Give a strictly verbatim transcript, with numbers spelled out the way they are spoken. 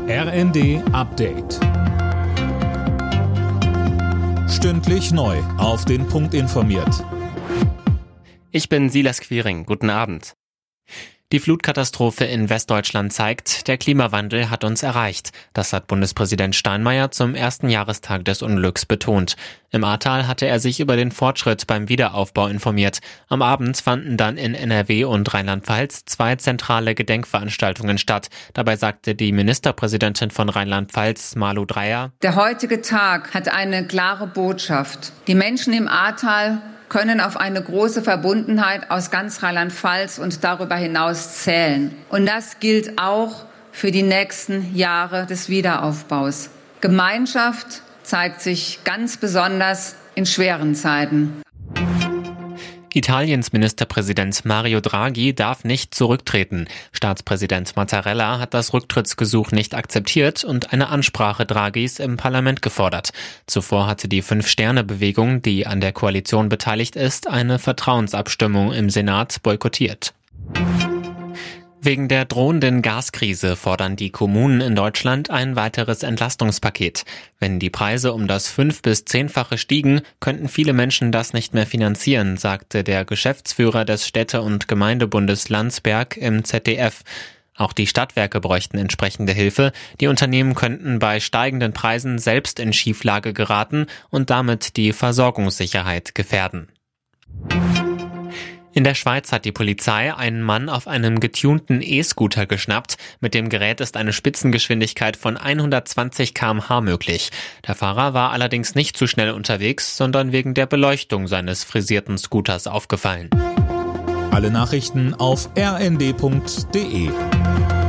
R N D Update. Stündlich neu auf den Punkt informiert. Ich bin Silas Quiring. Guten Abend. Die Flutkatastrophe in Westdeutschland zeigt, der Klimawandel hat uns erreicht. Das hat Bundespräsident Steinmeier zum ersten Jahrestag des Unglücks betont. Im Ahrtal hatte er sich über den Fortschritt beim Wiederaufbau informiert. Am Abend fanden dann in N R W und Rheinland-Pfalz zwei zentrale Gedenkveranstaltungen statt. Dabei sagte die Ministerpräsidentin von Rheinland-Pfalz, Malu Dreyer: Der heutige Tag hat eine klare Botschaft. Die Menschen im Ahrtal können auf eine große Verbundenheit aus ganz Rheinland-Pfalz und darüber hinaus zählen. Und das gilt auch für die nächsten Jahre des Wiederaufbaus. Gemeinschaft zeigt sich ganz besonders in schweren Zeiten. Italiens Ministerpräsident Mario Draghi darf nicht zurücktreten. Staatspräsident Mattarella hat das Rücktrittsgesuch nicht akzeptiert und eine Ansprache Draghis im Parlament gefordert. Zuvor hatte die Fünf-Sterne-Bewegung, die an der Koalition beteiligt ist, eine Vertrauensabstimmung im Senat boykottiert. Wegen der drohenden Gaskrise fordern die Kommunen in Deutschland ein weiteres Entlastungspaket. Wenn die Preise um das fünf- bis zehnfache stiegen, könnten viele Menschen das nicht mehr finanzieren, sagte der Geschäftsführer des Städte- und Gemeindebundes Landsberg im Z D F. Auch die Stadtwerke bräuchten entsprechende Hilfe. Die Unternehmen könnten bei steigenden Preisen selbst in Schieflage geraten und damit die Versorgungssicherheit gefährden. In der Schweiz hat die Polizei einen Mann auf einem getunten E-Scooter geschnappt. Mit dem Gerät ist eine Spitzengeschwindigkeit von hundertzwanzig Kilometer pro Stunde möglich. Der Fahrer war allerdings nicht zu schnell unterwegs, sondern wegen der Beleuchtung seines frisierten Scooters aufgefallen. Alle Nachrichten auf r n d punkt d e.